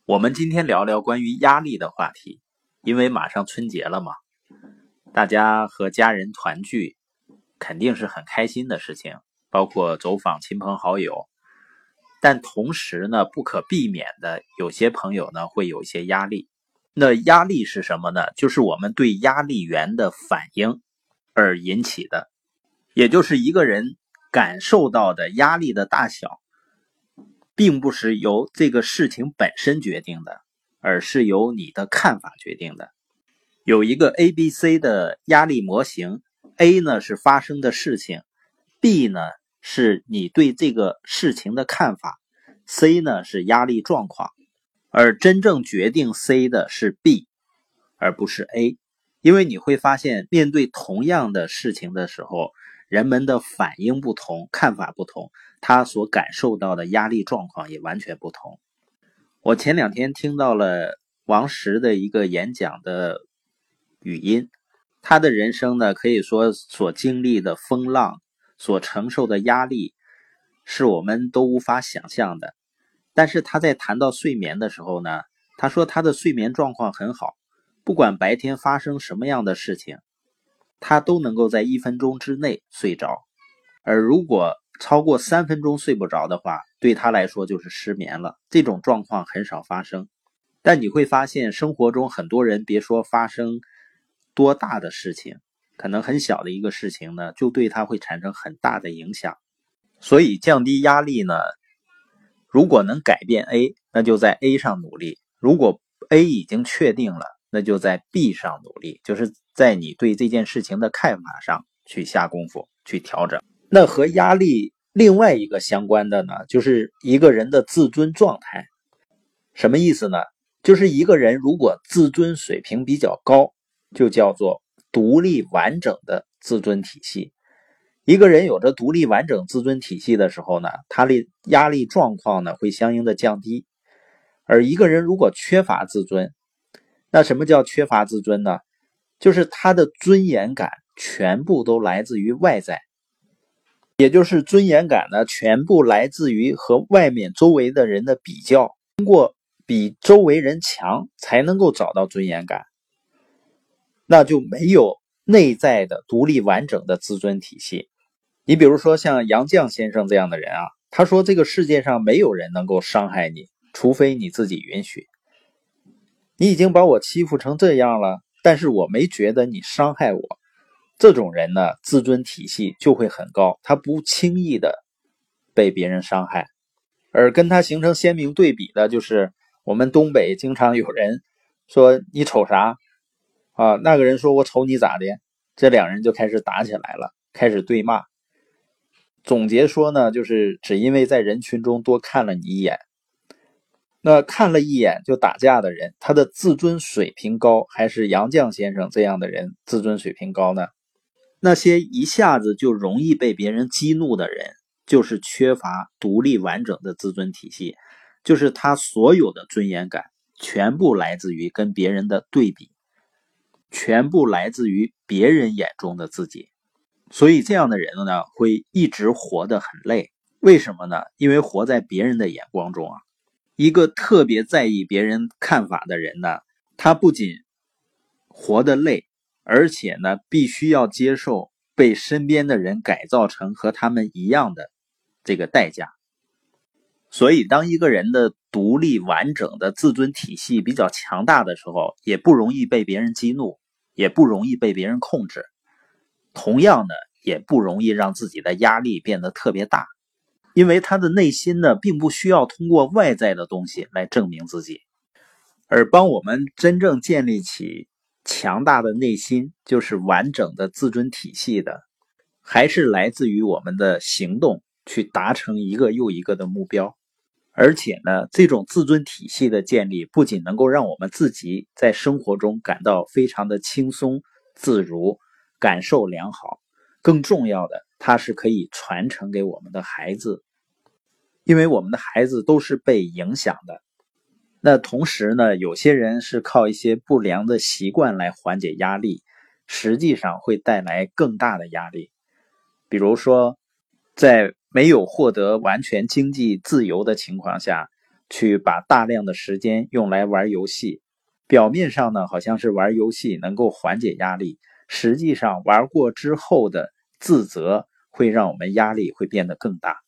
我们今天聊聊关于压力的话题，因为马上春节了嘛，大家和家人团聚肯定是很开心的事情，包括走访亲朋好友。但同时呢，不可避免的，有些朋友呢会有一些压力。那压力是什么呢？就是我们对压力源的反应而引起的，也就是一个人感受到的压力的大小，并不是由这个事情本身决定的，而是由你的看法决定的。有一个 ABC 的压力模型， A 呢是发生的事情， B 呢是你对这个事情的看法， C 呢是压力状况。而真正决定 C 的是 B 而不是 A， 因为你会发现面对同样的事情的时候，人们的反应不同，看法不同，他所感受到的压力状况也完全不同。我前2天听到了王石的一个演讲的语音，他的人生呢，可以说所经历的风浪，所承受的压力是我们都无法想象的。但是他在谈到睡眠的时候呢，他说他的睡眠状况很好，不管白天发生什么样的事情，他都能够在1分钟之内睡着。而如果超过3分钟睡不着的话，对他来说就是失眠了。这种状况很少发生。但你会发现生活中很多人别说发生多大的事情，可能很小的一个事情呢，就对他会产生很大的影响。所以降低压力呢，如果能改变 A， 那就在 A 上努力。如果 A 已经确定了，那就在 B 上努力，就是在你对这件事情的看法上去下功夫，去调整。那和压力另外一个相关的呢，就是一个人的自尊状态。什么意思呢？就是一个人如果自尊水平比较高，就叫做独立完整的自尊体系。一个人有着独立完整自尊体系的时候呢，他的压力状况呢会相应的降低。而一个人如果缺乏自尊，那什么叫缺乏自尊呢？就是他的尊严感全部都来自于外在，也就是尊严感呢全部来自于和外面周围的人的比较，通过比周围人强才能够找到尊严感，那就没有内在的独立完整的自尊体系。你比如说像杨绛先生这样的人啊，他说这个世界上没有人能够伤害你，除非你自己允许。你已经把我欺负成这样了，但是我没觉得你伤害我。这种人呢，自尊体系就会很高，他不轻易的被别人伤害。而跟他形成鲜明对比的就是我们东北经常有人说你瞅啥啊，那个人说我瞅你咋的，这两人就开始打起来了，开始对骂。总结说呢，就是只因为在人群中多看了你一眼。那看了一眼就打架的人，他的自尊水平高，还是杨绛先生这样的人自尊水平高呢？那些一下子就容易被别人激怒的人，就是缺乏独立完整的自尊体系，就是他所有的尊严感全部来自于跟别人的对比，全部来自于别人眼中的自己。所以这样的人呢，会一直活得很累。为什么呢？因为活在别人的眼光中啊。一个特别在意别人看法的人呢，他不仅活得累，而且呢，必须要接受被身边的人改造成和他们一样的这个代价。所以当一个人的独立完整的自尊体系比较强大的时候，也不容易被别人激怒，也不容易被别人控制。同样的，也不容易让自己的压力变得特别大，因为他的内心呢，并不需要通过外在的东西来证明自己。而帮我们真正建立起强大的内心，就是完整的自尊体系的，还是来自于我们的行动，去达成一个又一个的目标。而且呢，这种自尊体系的建立，不仅能够让我们自己在生活中感到非常的轻松自如，感受良好，更重要的，它是可以传承给我们的孩子，因为我们的孩子都是被影响的。那同时呢，有些人是靠一些不良的习惯来缓解压力，实际上会带来更大的压力。比如说，在没有获得完全经济自由的情况下， 去把大量的时间用来玩游戏。表面上呢，好像是玩游戏能够缓解压力，实际上玩过之后的自责会让我们压力会变得更大。